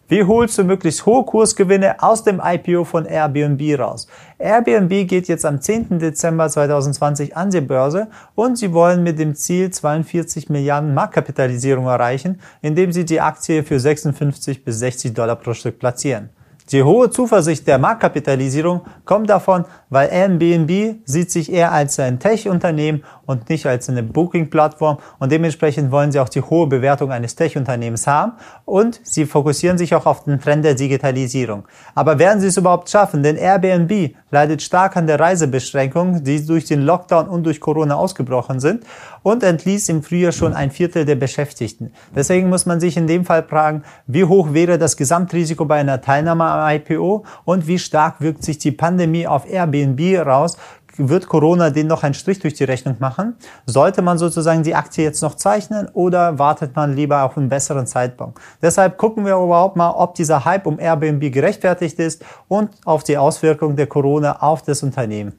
Wie holst du möglichst hohe Kursgewinne aus dem IPO von Airbnb raus? Airbnb geht jetzt am 10. Dezember 2020 an die Börse und sie wollen mit dem Ziel 42 Milliarden Marktkapitalisierung erreichen, indem sie die Aktie für 56 bis $60 pro Stück platzieren. Die hohe Zuversicht der Marktkapitalisierung kommt davon, weil Airbnb sieht sich eher als ein Tech-Unternehmen und nicht als eine Booking-Plattform und dementsprechend wollen sie auch die hohe Bewertung eines Tech-Unternehmens haben und sie fokussieren sich auch auf den Trend der Digitalisierung. Aber werden sie es überhaupt schaffen? Denn Airbnb leidet stark an der Reisebeschränkung, die durch den Lockdown und durch Corona ausgebrochen sind und entließ im Frühjahr schon ein Viertel der Beschäftigten. Deswegen muss man sich in dem Fall fragen, wie hoch wäre das Gesamtrisiko bei einer Teilnahme am IPO und wie stark wirkt sich die Pandemie auf Airbnb raus? Wird Corona denen noch einen Strich durch die Rechnung machen? Sollte man sozusagen die Aktie jetzt noch zeichnen oder wartet man lieber auf einen besseren Zeitpunkt? Deshalb gucken wir überhaupt mal, ob dieser Hype um Airbnb gerechtfertigt ist und auf die Auswirkungen der Corona auf das Unternehmen.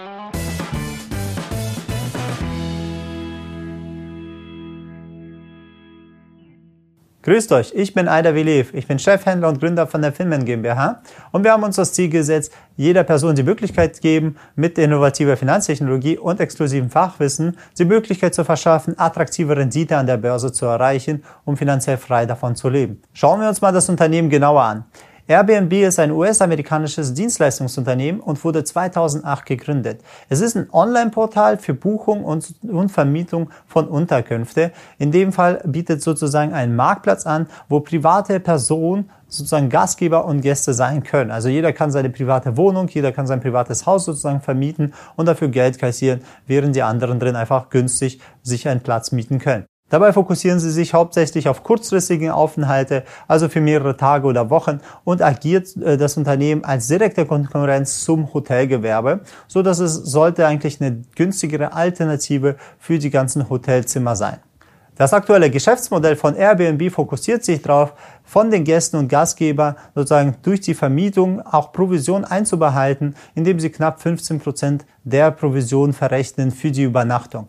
Grüßt euch, ich bin Aida Velev, ich bin Chefhändler und Gründer von der Finman GmbH und wir haben uns das Ziel gesetzt, jeder Person die Möglichkeit geben, mit innovativer Finanztechnologie und exklusivem Fachwissen die Möglichkeit zu verschaffen, attraktive Rendite an der Börse zu erreichen, um finanziell frei davon zu leben. Schauen wir uns mal das Unternehmen genauer an. Airbnb ist ein US-amerikanisches Dienstleistungsunternehmen und wurde 2008 gegründet. Es ist ein Online-Portal für Buchung und Vermietung von Unterkünfte. In dem Fall bietet sozusagen einen Marktplatz an, wo private Personen sozusagen Gastgeber und Gäste sein können. Also jeder kann seine private Wohnung, jeder kann sein privates Haus sozusagen vermieten und dafür Geld kassieren, während die anderen drin einfach günstig sich einen Platz mieten können. Dabei fokussieren sie sich hauptsächlich auf kurzfristige Aufenthalte, also für mehrere Tage oder Wochen und agiert das Unternehmen als direkte Konkurrenz zum Hotelgewerbe, so dass es sollte eigentlich eine günstigere Alternative für die ganzen Hotelzimmer sein. Das aktuelle Geschäftsmodell von Airbnb fokussiert sich darauf, von den Gästen und Gastgebern sozusagen durch die Vermietung auch Provision einzubehalten, indem sie knapp 15% der Provision verrechnen für die Übernachtung.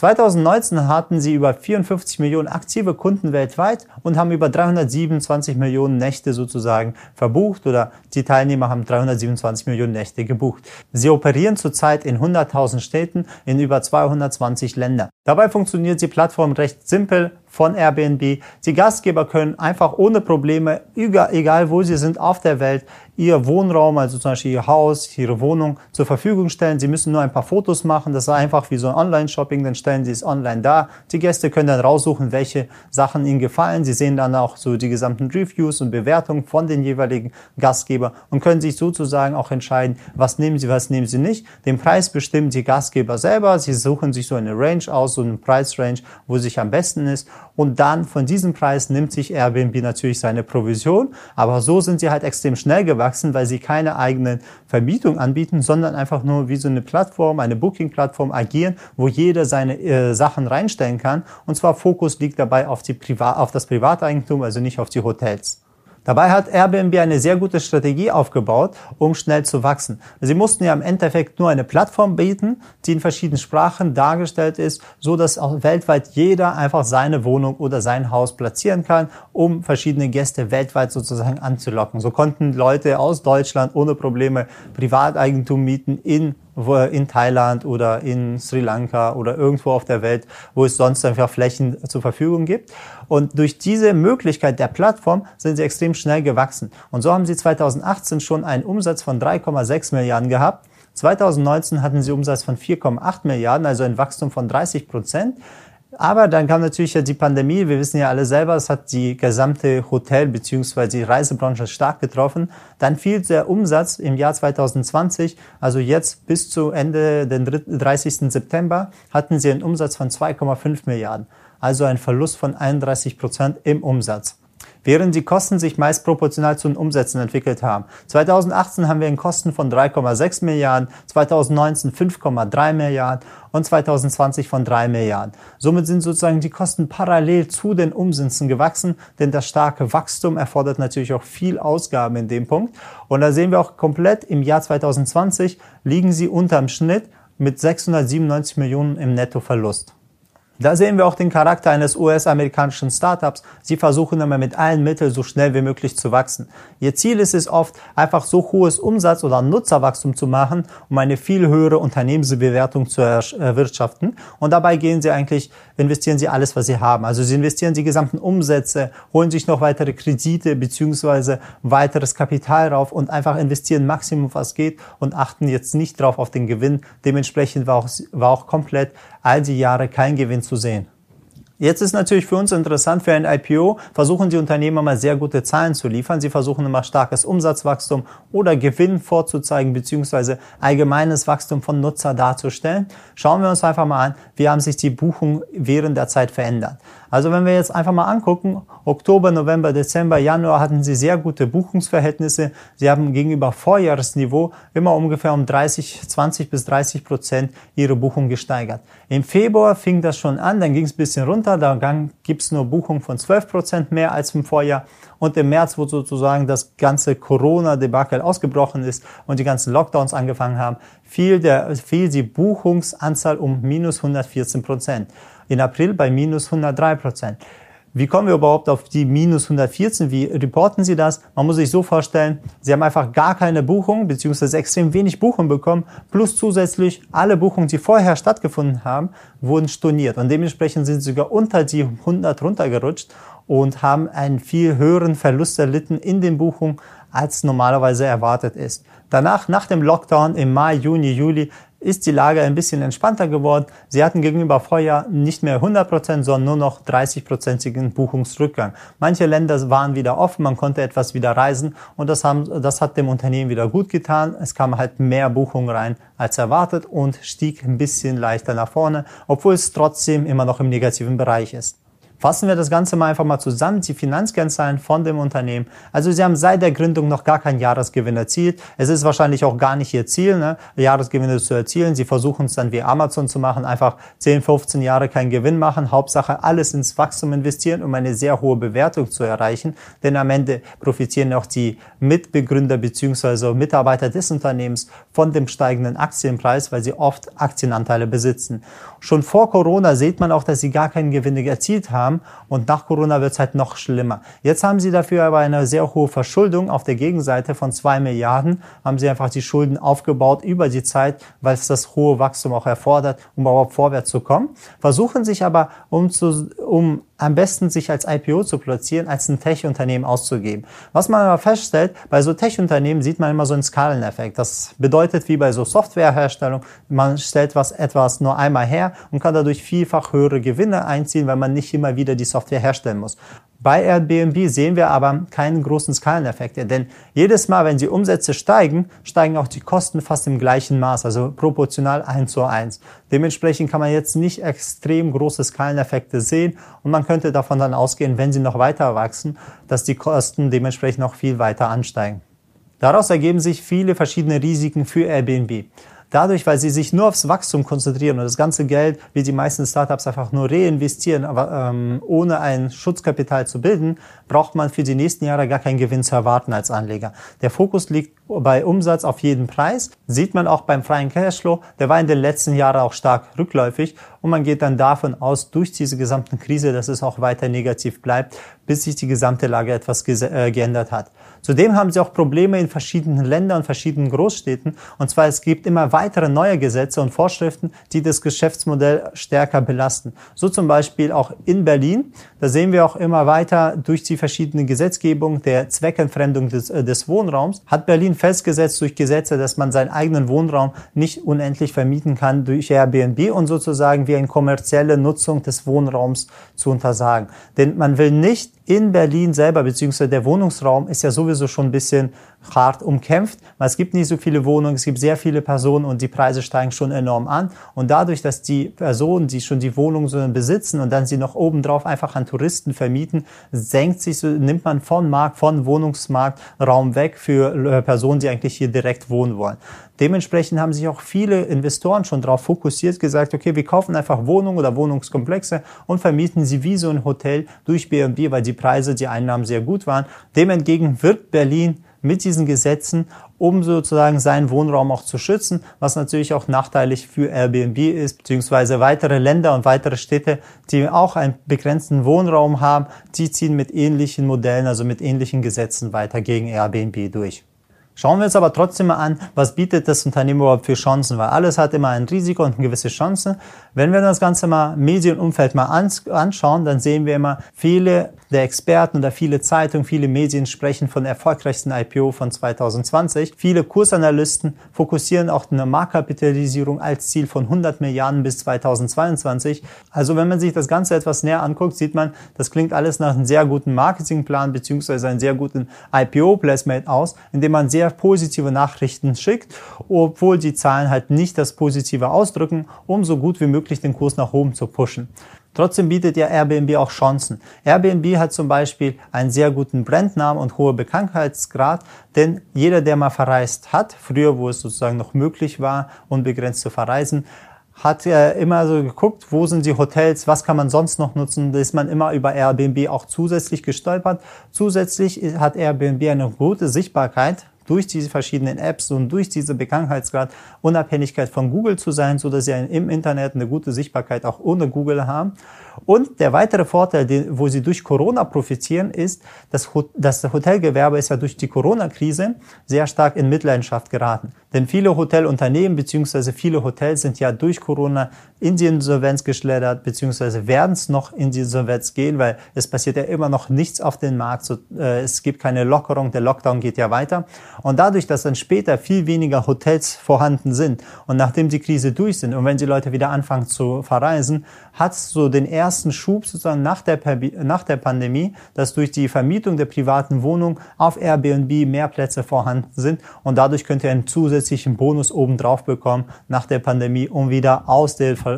2019 hatten sie über 54 Millionen aktive Kunden weltweit und haben über 327 Millionen Nächte sozusagen verbucht oder die Teilnehmer haben 327 Millionen Nächte gebucht. Sie operieren zurzeit in 100.000 Städten in über 220 Ländern. Dabei funktioniert die Plattform recht simpel von Airbnb. Die Gastgeber können einfach ohne Probleme, egal wo sie sind auf der Welt, ihr Wohnraum, also zum Beispiel ihr Haus, ihre Wohnung zur Verfügung stellen. Sie müssen nur ein paar Fotos machen. Das ist einfach wie so ein Online-Shopping. Dann stellen sie es online dar. Die Gäste können dann raussuchen, welche Sachen ihnen gefallen. Sie sehen dann auch so die gesamten Reviews und Bewertungen von den jeweiligen Gastgebern und können sich sozusagen auch entscheiden, was nehmen sie nicht. Den Preis bestimmen die Gastgeber selber. Sie suchen sich so eine Range aus, so eine Preisrange, wo es sich am besten ist. Und dann von diesem Preis nimmt sich Airbnb natürlich seine Provision. Aber so sind sie halt extrem schnell gewachsen, weil sie keine eigenen Vermietung anbieten, sondern einfach nur wie so eine Plattform, eine Booking-Plattform agieren, wo jeder seine Sachen reinstellen kann. Und zwar Fokus liegt dabei auf das Privateigentum, also nicht auf die Hotels. Dabei hat Airbnb eine sehr gute Strategie aufgebaut, um schnell zu wachsen. Sie mussten ja im Endeffekt nur eine Plattform bieten, die in verschiedenen Sprachen dargestellt ist, so dass auch weltweit jeder einfach seine Wohnung oder sein Haus platzieren kann, um verschiedene Gäste weltweit sozusagen anzulocken. So konnten Leute aus Deutschland ohne Probleme Privateigentum mieten in Thailand oder in Sri Lanka oder irgendwo auf der Welt, wo es sonst einfach Flächen zur Verfügung gibt. Und durch diese Möglichkeit der Plattform sind sie extrem schnell gewachsen. Und so haben sie 2018 schon einen Umsatz von 3,6 Milliarden gehabt. 2019 hatten sie Umsatz von 4,8 Milliarden, also ein Wachstum von 30%. Aber dann kam natürlich ja die Pandemie. Wir wissen ja alle selber, es hat die gesamte Hotel- bzw. die Reisebranche stark getroffen. Dann fiel der Umsatz im Jahr 2020, also jetzt bis zu Ende den 30. September, hatten sie einen Umsatz von 2,5 Milliarden. Also ein Verlust von 31% im Umsatz. Während die Kosten sich meist proportional zu den Umsätzen entwickelt haben. 2018 haben wir Kosten von 3,6 Milliarden, 2019 5,3 Milliarden und 2020 von 3 Milliarden. Somit sind sozusagen die Kosten parallel zu den Umsätzen gewachsen, denn das starke Wachstum erfordert natürlich auch viel Ausgaben in dem Punkt. Und da sehen wir auch komplett im Jahr 2020 liegen sie unterm Schnitt mit 697 Millionen im Nettoverlust. Da sehen wir auch den Charakter eines US-amerikanischen Startups. Sie versuchen immer mit allen Mitteln so schnell wie möglich zu wachsen. Ihr Ziel ist es oft, einfach so hohes Umsatz- oder Nutzerwachstum zu machen, um eine viel höhere Unternehmensbewertung zu erwirtschaften. Und dabei investieren sie alles, was sie haben. Also sie investieren die gesamten Umsätze, holen sich noch weitere Kredite bzw. weiteres Kapital rauf und einfach investieren Maximum, was geht und achten jetzt nicht drauf auf den Gewinn. Dementsprechend war auch komplett all die Jahre kein Gewinn zu sehen. Jetzt ist natürlich für uns interessant, für ein IPO versuchen die Unternehmer mal sehr gute Zahlen zu liefern. Sie versuchen immer starkes Umsatzwachstum oder Gewinn vorzuzeigen bzw. allgemeines Wachstum von Nutzer darzustellen. Schauen wir uns einfach mal an, wie haben sich die Buchungen während der Zeit verändert. Also wenn wir jetzt einfach mal angucken, Oktober, November, Dezember, Januar hatten sie sehr gute Buchungsverhältnisse. Sie haben gegenüber Vorjahresniveau immer ungefähr um 20-30% ihre Buchung gesteigert. Im Februar fing das schon an, dann ging es ein bisschen runter, dann gibt es nur Buchungen von 12% mehr als im Vorjahr. Und im März, wo sozusagen das ganze Corona-Debakel ausgebrochen ist und die ganzen Lockdowns angefangen haben, fiel die Buchungsanzahl um minus 114%. In April bei minus 103%. Wie kommen wir überhaupt auf die minus 114? Wie reporten Sie das? Man muss sich so vorstellen, Sie haben einfach gar keine Buchung bzw. extrem wenig Buchung bekommen, plus zusätzlich alle Buchungen, die vorher stattgefunden haben, wurden storniert. Und dementsprechend sind Sie sogar unter die 100 runtergerutscht und haben einen viel höheren Verlust erlitten in den Buchungen, als normalerweise erwartet ist. Danach, nach dem Lockdown im Mai, Juni, Juli, ist die Lage ein bisschen entspannter geworden. Sie hatten gegenüber Vorjahr nicht mehr 100%, sondern nur noch 30%igen Buchungsrückgang. Manche Länder waren wieder offen, man konnte etwas wieder reisen und das hat dem Unternehmen wieder gut getan. Es kam halt mehr Buchungen rein als erwartet und stieg ein bisschen leichter nach vorne, obwohl es trotzdem immer noch im negativen Bereich ist. Fassen wir das Ganze mal einfach mal zusammen, die Finanzkennzahlen von dem Unternehmen. Also sie haben seit der Gründung noch gar keinen Jahresgewinn erzielt. Es ist wahrscheinlich auch gar nicht ihr Ziel, Jahresgewinne zu erzielen. Sie versuchen es dann wie Amazon zu machen, einfach 10, 15 Jahre keinen Gewinn machen. Hauptsache alles ins Wachstum investieren, um eine sehr hohe Bewertung zu erreichen. Denn am Ende profitieren auch die Mitbegründer bzw. Mitarbeiter des Unternehmens von dem steigenden Aktienpreis, weil sie oft Aktienanteile besitzen. Schon vor Corona sieht man auch, dass sie gar keinen Gewinn erzielt haben. Und nach Corona wird es halt noch schlimmer. Jetzt haben sie dafür aber eine sehr hohe Verschuldung auf der Gegenseite von 2 Milliarden. Haben sie einfach die Schulden aufgebaut über die Zeit, weil es das hohe Wachstum auch erfordert, um überhaupt vorwärts zu kommen. Versuchen sich aber, um am besten sich als IPO zu platzieren, als ein Tech-Unternehmen auszugeben. Was man aber feststellt, bei so Tech-Unternehmen sieht man immer so einen Skaleneffekt. Das bedeutet, wie bei so Softwareherstellung, man stellt etwas nur einmal her und kann dadurch vielfach höhere Gewinne einziehen, weil man nicht immer wieder die Software herstellen muss. Bei Airbnb sehen wir aber keinen großen Skaleneffekt, denn jedes Mal, wenn die Umsätze steigen, steigen auch die Kosten fast im gleichen Maß, also proportional 1:1. Dementsprechend kann man jetzt nicht extrem große Skaleneffekte sehen und man könnte davon dann ausgehen, wenn sie noch weiter wachsen, dass die Kosten dementsprechend noch viel weiter ansteigen. Daraus ergeben sich viele verschiedene Risiken für Airbnb. Dadurch, weil sie sich nur aufs Wachstum konzentrieren und das ganze Geld, wie die meisten Startups, einfach nur reinvestieren, aber ohne ein Schutzkapital zu bilden, braucht man für die nächsten Jahre gar keinen Gewinn zu erwarten als Anleger. Der Fokus liegt bei Umsatz auf jeden Preis. Sieht man auch beim freien Cashflow, der war in den letzten Jahren auch stark rückläufig und man geht dann davon aus, durch diese gesamte Krise, dass es auch weiter negativ bleibt, bis sich die gesamte Lage etwas geändert hat. Zudem haben sie auch Probleme in verschiedenen Ländern und verschiedenen Großstädten. Und zwar, es gibt immer weitere neue Gesetze und Vorschriften, die das Geschäftsmodell stärker belasten. So zum Beispiel auch in Berlin. Da sehen wir auch immer weiter durch die verschiedenen Gesetzgebung der Zweckentfremdung des Wohnraums. Hat Berlin festgesetzt durch Gesetze, dass man seinen eigenen Wohnraum nicht unendlich vermieten kann durch Airbnb und sozusagen wie eine kommerzielle Nutzung des Wohnraums zu untersagen. Denn man will nicht in Berlin selber, beziehungsweise der Wohnungsraum ist ja sowieso schon ein bisschen hart umkämpft, weil es gibt nicht so viele Wohnungen, es gibt sehr viele Personen und die Preise steigen schon enorm an. Und dadurch, dass die Personen, die schon die Wohnung so besitzen und dann sie noch obendrauf einfach an Touristen vermieten, nimmt man von Wohnungsmarkt Raum weg für Personen, die eigentlich hier direkt wohnen wollen. Dementsprechend haben sich auch viele Investoren schon darauf fokussiert, gesagt, okay, wir kaufen einfach Wohnungen oder Wohnungskomplexe und vermieten sie wie so ein Hotel durch Airbnb, weil die Preise, die Einnahmen sehr gut waren. Dem entgegen wirkt Berlin mit diesen Gesetzen, um sozusagen seinen Wohnraum auch zu schützen, was natürlich auch nachteilig für Airbnb ist, beziehungsweise weitere Länder und weitere Städte, die auch einen begrenzten Wohnraum haben, die ziehen mit ähnlichen Modellen, also mit ähnlichen Gesetzen weiter gegen Airbnb durch. Schauen wir uns aber trotzdem mal an, was bietet das Unternehmen überhaupt für Chancen, weil alles hat immer ein Risiko und eine gewisse Chance. Wenn wir das Ganze mal Medienumfeld mal anschauen, dann sehen wir immer, viele der Experten oder viele Zeitungen, viele Medien sprechen von der erfolgreichsten IPO von 2020. Viele Kursanalysten fokussieren auch eine Marktkapitalisierung als Ziel von 100 Milliarden bis 2022. Also wenn man sich das Ganze etwas näher anguckt, sieht man, das klingt alles nach einem sehr guten Marketingplan bzw. einem sehr guten IPO-Placement aus, indem man sehr positive Nachrichten schickt, obwohl die Zahlen halt nicht das Positive ausdrücken, um so gut wie möglich den Kurs nach oben zu pushen. Trotzdem bietet ja Airbnb auch Chancen. Airbnb hat zum Beispiel einen sehr guten Brandnamen und hohen Bekanntheitsgrad, denn jeder, der mal verreist hat, früher, wo es sozusagen noch möglich war, unbegrenzt zu verreisen, hat immer so geguckt, wo sind die Hotels, was kann man sonst noch nutzen, da ist man immer über Airbnb auch zusätzlich gestolpert. Zusätzlich hat Airbnb eine gute Sichtbarkeit durch diese verschiedenen Apps und durch diese Bekanntheitsgrad, Unabhängigkeit von Google zu sein, so dass sie im Internet eine gute Sichtbarkeit auch ohne Google haben. Und der weitere Vorteil, wo sie durch Corona profitieren, ist, dass das Hotelgewerbe ist ja durch die Corona-Krise sehr stark in Mitleidenschaft geraten. Denn viele Hotelunternehmen bzw. viele Hotels sind ja durch Corona in die Insolvenz geschlittert bzw. werden es noch in die Insolvenz gehen, weil es passiert ja immer noch nichts auf dem Markt. Es gibt keine Lockerung, der Lockdown geht ja weiter. Und dadurch, dass dann später viel weniger Hotels vorhanden sind und nachdem die Krise durch sind und wenn die Leute wieder anfangen zu verreisen, hat es so den ersten Schub sozusagen nach der Pandemie, dass durch die Vermietung der privaten Wohnung auf Airbnb mehr Plätze vorhanden sind und dadurch könnt ihr einen zusätzlichen Bonus obendrauf bekommen nach der Pandemie, um wieder aus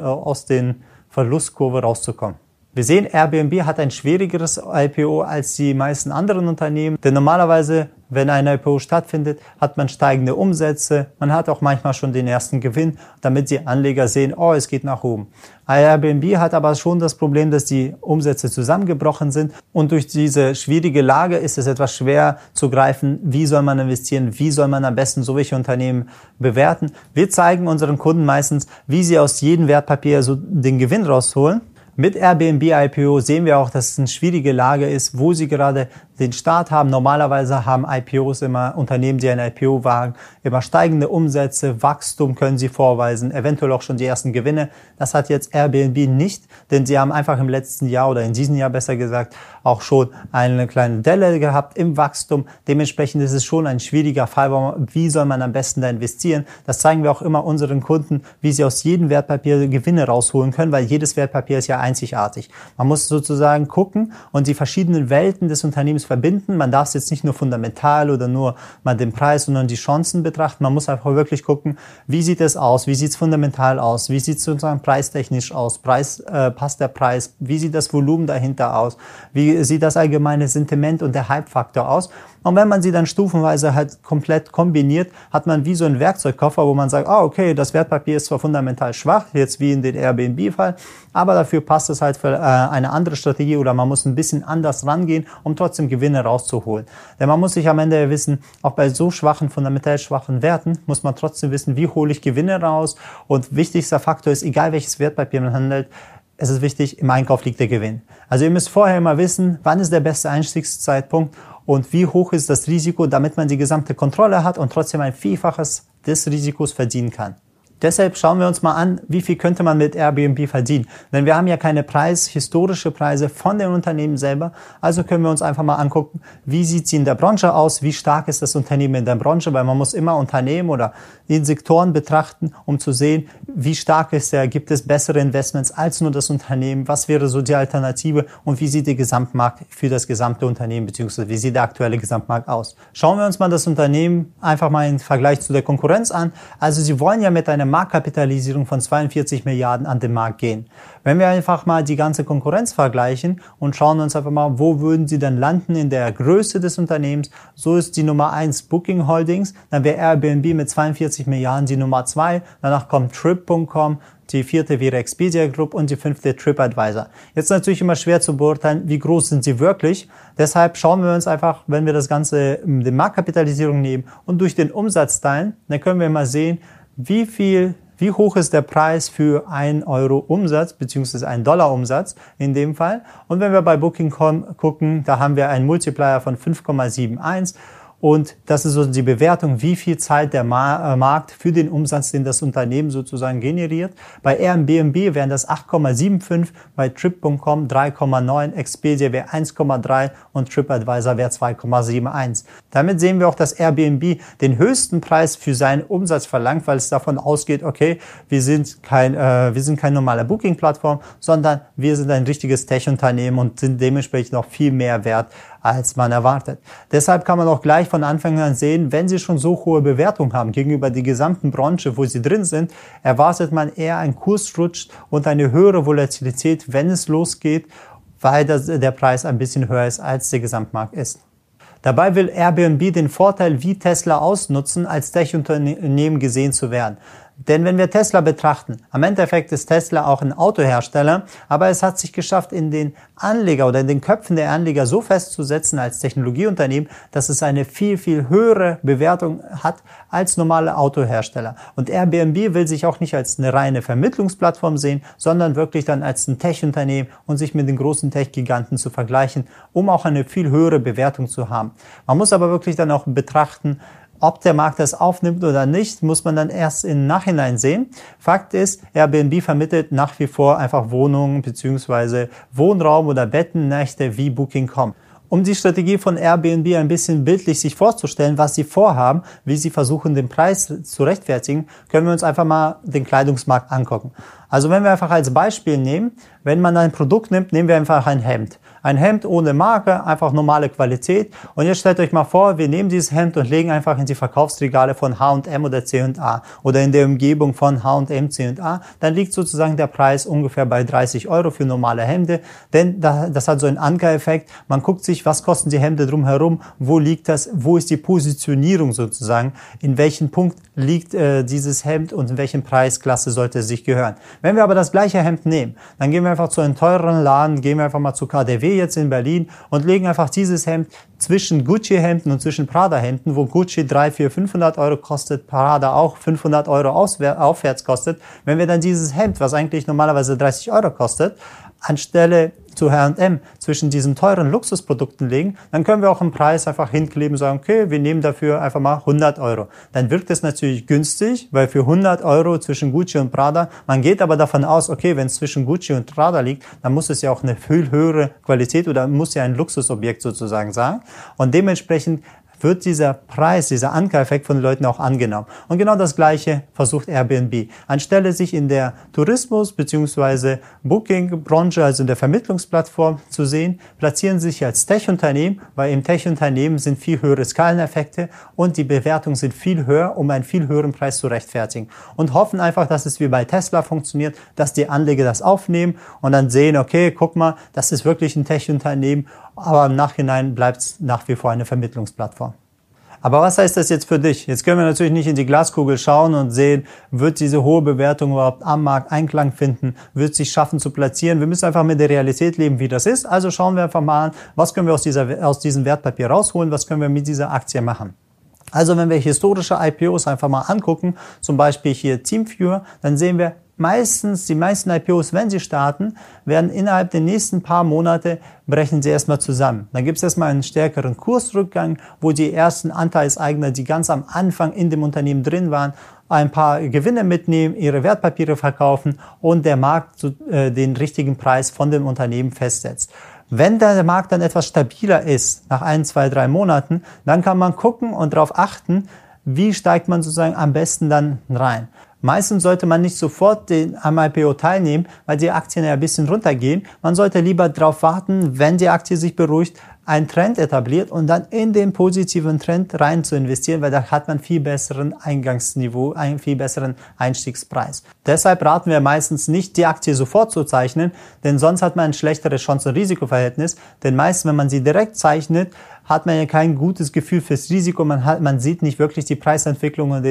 den Verlustkurve rauszukommen. Wir sehen, Airbnb hat ein schwierigeres IPO als die meisten anderen Unternehmen, denn normalerweise, wenn ein IPO stattfindet, hat man steigende Umsätze, man hat auch manchmal schon den ersten Gewinn, damit die Anleger sehen, oh, es geht nach oben. Airbnb hat aber schon das Problem, dass die Umsätze zusammengebrochen sind und durch diese schwierige Lage ist es etwas schwer zu greifen, wie soll man investieren, wie soll man am besten solche Unternehmen bewerten. Wir zeigen unseren Kunden meistens, wie sie aus jedem Wertpapier so den Gewinn rausholen. Mit Airbnb IPO sehen wir auch, dass es eine schwierige Lage ist, wo sie gerade den Start haben. Normalerweise haben IPOs immer, Unternehmen, die ein IPO wagen, immer steigende Umsätze, Wachstum können sie vorweisen, eventuell auch schon die ersten Gewinne. Das hat jetzt Airbnb nicht, denn sie haben einfach im letzten Jahr oder in diesem Jahr besser gesagt auch schon eine kleine Delle gehabt im Wachstum. Dementsprechend ist es schon ein schwieriger Fall, wie soll man am besten da investieren. Das zeigen wir auch immer unseren Kunden, wie sie aus jedem Wertpapier Gewinne rausholen können, weil jedes Wertpapier ist ja einzigartig. Man muss sozusagen gucken und die verschiedenen Welten des Unternehmens verbinden. Man darf es jetzt nicht nur fundamental oder nur mal den Preis, sondern die Chancen betrachten. Man muss einfach wirklich gucken, wie sieht es aus, wie sieht es fundamental aus, wie sieht es sozusagen preistechnisch aus, passt der Preis, wie sieht das Volumen dahinter aus, wie sieht das allgemeine Sentiment und der Hype-Faktor aus. Und wenn man sie dann stufenweise halt komplett kombiniert, hat man wie so einen Werkzeugkoffer, wo man sagt, okay, das Wertpapier ist zwar fundamental schwach, jetzt wie in den Airbnb-Fall, aber dafür passt es halt für eine andere Strategie oder man muss ein bisschen anders rangehen, um trotzdem Gewinne rauszuholen. Denn man muss sich am Ende wissen, auch bei so schwachen, fundamental schwachen Werten, muss man trotzdem wissen, wie hole ich Gewinne raus. Und wichtigster Faktor ist, egal welches Wertpapier man handelt, es ist wichtig, im Einkauf liegt der Gewinn. Also ihr müsst vorher immer wissen, wann ist der beste Einstiegszeitpunkt und wie hoch ist das Risiko, damit man die gesamte Kontrolle hat und trotzdem ein Vielfaches des Risikos verdienen kann. Deshalb schauen wir uns mal an, wie viel könnte man mit Airbnb verdienen. Denn wir haben ja keine historische Preise von den Unternehmen selber. Also können wir uns einfach mal angucken, wie sieht sie in der Branche aus, wie stark ist das Unternehmen in der Branche, weil man muss immer Unternehmen oder die Sektoren betrachten, um zu sehen, wie stark ist der, gibt es bessere Investments als nur das Unternehmen, was wäre so die Alternative und wie sieht der Gesamtmarkt für das gesamte Unternehmen bzw. wie sieht der aktuelle Gesamtmarkt aus. Schauen wir uns mal das Unternehmen einfach mal im Vergleich zu der Konkurrenz an. Also sie wollen ja mit einer Marktkapitalisierung von 42 Milliarden an den Markt gehen. Wenn wir einfach mal die ganze Konkurrenz vergleichen und schauen uns einfach mal, wo würden sie dann landen in der Größe des Unternehmens, so ist die Nummer 1 Booking Holdings, dann wäre Airbnb mit 42 Milliarden die Nummer 2, danach kommt Trip.com, die vierte wäre Expedia Group und die fünfte TripAdvisor. Jetzt natürlich immer schwer zu beurteilen, wie groß sind sie wirklich. Deshalb schauen wir uns einfach, wenn wir das Ganze die Marktkapitalisierung nehmen und durch den Umsatz teilen, dann können wir mal sehen, wie hoch ist der Preis für 1 Euro Umsatz, beziehungsweise 1 Dollar Umsatz in dem Fall. Und wenn wir bei Booking.com gucken, da haben wir einen Multiplier von 5,71. Und das ist so die Bewertung, wie viel zahlt der Markt für den Umsatz, den das Unternehmen sozusagen generiert. Bei Airbnb wären das 8,75, bei Trip.com 3,9, Expedia wäre 1,3 und TripAdvisor wäre 2,71. Damit sehen wir auch, dass Airbnb den höchsten Preis für seinen Umsatz verlangt, weil es davon ausgeht, okay, wir sind kein normaler Booking-Plattform, sondern wir sind ein richtiges Tech-Unternehmen und sind dementsprechend noch viel mehr wert, als man erwartet. Deshalb kann man auch gleich von Anfang an sehen, wenn sie schon so hohe Bewertungen haben gegenüber der gesamten Branche, wo sie drin sind, erwartet man eher einen Kursrutsch und eine höhere Volatilität, wenn es losgeht, weil der Preis ein bisschen höher ist, als der Gesamtmarkt ist. Dabei will Airbnb den Vorteil wie Tesla ausnutzen, als Tech-Unternehmen gesehen zu werden. Denn wenn wir Tesla betrachten, am Endeffekt ist Tesla auch ein Autohersteller, aber es hat sich geschafft, in den Anleger oder in den Köpfen der Anleger so festzusetzen als Technologieunternehmen, dass es eine viel, viel höhere Bewertung hat als normale Autohersteller. Und Airbnb will sich auch nicht als eine reine Vermittlungsplattform sehen, sondern wirklich dann als ein Tech-Unternehmen und sich mit den großen Tech-Giganten zu vergleichen, um auch eine viel höhere Bewertung zu haben. Man muss aber wirklich dann auch betrachten, ob der Markt das aufnimmt oder nicht, muss man dann erst im Nachhinein sehen. Fakt ist, Airbnb vermittelt nach wie vor einfach Wohnungen bzw. Wohnraum oder Bettennächte wie Booking.com. Um die Strategie von Airbnb ein bisschen bildlich sich vorzustellen, was sie vorhaben, wie sie versuchen, den Preis zu rechtfertigen, können wir uns einfach mal den Kleidungsmarkt angucken. Also wenn wir einfach als Beispiel nehmen, wenn man ein Produkt nimmt, nehmen wir einfach ein Hemd. Ein Hemd ohne Marke, einfach normale Qualität. Und jetzt stellt euch mal vor, wir nehmen dieses Hemd und legen einfach in die Verkaufsregale von H&M oder C&A oder in der Umgebung von H&M, C&A. Dann liegt sozusagen der Preis ungefähr bei 30 Euro für normale Hemde. Denn das hat so einen Ankereffekt. Man guckt sich, was kosten die Hemde drumherum, wo liegt das, wo ist die Positionierung sozusagen, in welchem Punkt liegt dieses Hemd und in welchen Preisklasse sollte es sich gehören. Wenn wir aber das gleiche Hemd nehmen, dann gehen wir einfach zu einem teureren Laden, gehen wir einfach mal zu KaDeWe jetzt in Berlin und legen einfach dieses Hemd zwischen Gucci-Hemden und zwischen Prada-Hemden, wo Gucci 300, 400, 500 Euro kostet, Prada auch 500 Euro aufwärts kostet. Wenn wir dann dieses Hemd, was eigentlich normalerweise 30 Euro kostet, anstelle zu H&M zwischen diesen teuren Luxusprodukten legen, dann können wir auch einen Preis einfach hinkleben und sagen, okay, wir nehmen dafür einfach mal 100 Euro. Dann wirkt es natürlich günstig, weil für 100 Euro zwischen Gucci und Prada, man geht aber davon aus, okay, wenn es zwischen Gucci und Prada liegt, dann muss es ja auch eine viel höhere Qualität oder muss ja ein Luxusobjekt sozusagen sein. Und dementsprechend wird dieser Preis, dieser Ankereffekt von den Leuten auch angenommen. Und genau das Gleiche versucht Airbnb. Anstelle sich in der Tourismus- bzw. Booking-Branche, also in der Vermittlungsplattform zu sehen, platzieren sie sich als Tech-Unternehmen, weil im Tech-Unternehmen sind viel höhere Skaleneffekte und die Bewertungen sind viel höher, um einen viel höheren Preis zu rechtfertigen. Und hoffen einfach, dass es wie bei Tesla funktioniert, dass die Anleger das aufnehmen und dann sehen, okay, guck mal, das ist wirklich ein Tech-Unternehmen, aber im Nachhinein bleibt es nach wie vor eine Vermittlungsplattform. Aber was heißt das jetzt für dich? Jetzt können wir natürlich nicht in die Glaskugel schauen und sehen, wird diese hohe Bewertung überhaupt am Markt Einklang finden, wird sich schaffen zu platzieren. Wir müssen einfach mit der Realität leben, wie das ist. Also schauen wir einfach mal an, was können wir aus diesem Wertpapier rausholen, was können wir mit dieser Aktie machen. Also wenn wir historische IPOs einfach mal angucken, zum Beispiel hier TeamViewer, dann sehen wir, die meisten IPOs, wenn sie starten, werden innerhalb der nächsten paar Monate brechen sie erstmal zusammen. Dann gibt es erstmal einen stärkeren Kursrückgang, wo die ersten Anteilseigner, die ganz am Anfang in dem Unternehmen drin waren, ein paar Gewinne mitnehmen, ihre Wertpapiere verkaufen und der Markt den richtigen Preis von dem Unternehmen festsetzt. Wenn der Markt dann etwas stabiler ist, nach 1, 2, 3 Monaten, dann kann man gucken und darauf achten, wie steigt man sozusagen am besten dann rein. Meistens sollte man nicht sofort am IPO teilnehmen, weil die Aktien ja ein bisschen runtergehen. Man sollte lieber darauf warten, wenn die Aktie sich beruhigt, einen Trend etabliert und dann in den positiven Trend rein zu investieren, weil da hat man viel besseren Eingangsniveau, einen viel besseren Einstiegspreis. Deshalb raten wir meistens nicht, die Aktie sofort zu zeichnen, denn sonst hat man ein schlechteres Chancen-Risiko-Verhältnis. Denn meistens, wenn man sie direkt zeichnet, hat man ja kein gutes Gefühl fürs Risiko. Man sieht nicht wirklich die Preisentwicklung und den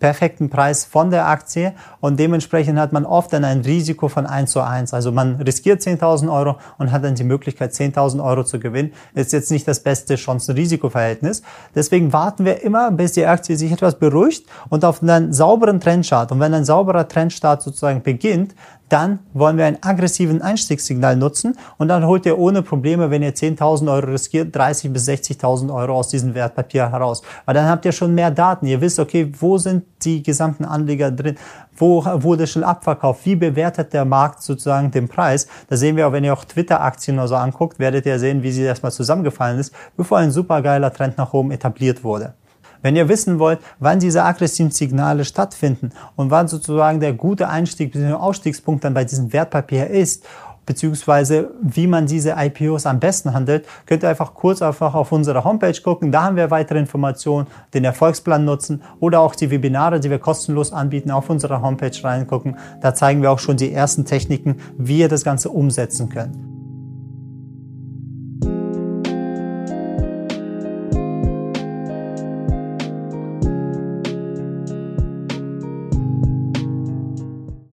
perfekten Preis von der Aktie und dementsprechend hat man oft dann ein Risiko von 1:1. Also man riskiert 10.000 Euro und hat dann die Möglichkeit 10.000 Euro zu gewinnen. Ist jetzt nicht das beste Chancen-Risiko-Verhältnis. Deswegen warten wir immer, bis die Aktie sich etwas beruhigt und auf einen sauberen Trendchart. Und wenn ein sauberer Trendchart sozusagen beginnt, dann wollen wir einen aggressiven Einstiegssignal nutzen und dann holt ihr ohne Probleme, wenn ihr 10.000 Euro riskiert, 30.000 bis 60.000 Euro aus diesem Wertpapier heraus. Weil dann habt ihr schon mehr Daten. Ihr wisst, okay, wo sind die gesamten Anleger drin? Wo wurde schon abverkauft? Wie bewertet der Markt sozusagen den Preis? Da sehen wir auch, wenn ihr auch Twitter-Aktien oder so anguckt, werdet ihr sehen, wie sie erstmal zusammengefallen ist, bevor ein supergeiler Trend nach oben etabliert wurde. Wenn ihr wissen wollt, wann diese aggressiven Signale stattfinden und wann sozusagen der gute Einstieg bzw. Ausstiegspunkt dann bei diesem Wertpapier ist, beziehungsweise wie man diese IPOs am besten handelt, könnt ihr einfach auf unsere Homepage gucken. Da haben wir weitere Informationen, den Erfolgsplan nutzen oder auch die Webinare, die wir kostenlos anbieten, auf unserer Homepage reingucken. Da zeigen wir auch schon die ersten Techniken, wie ihr das Ganze umsetzen könnt.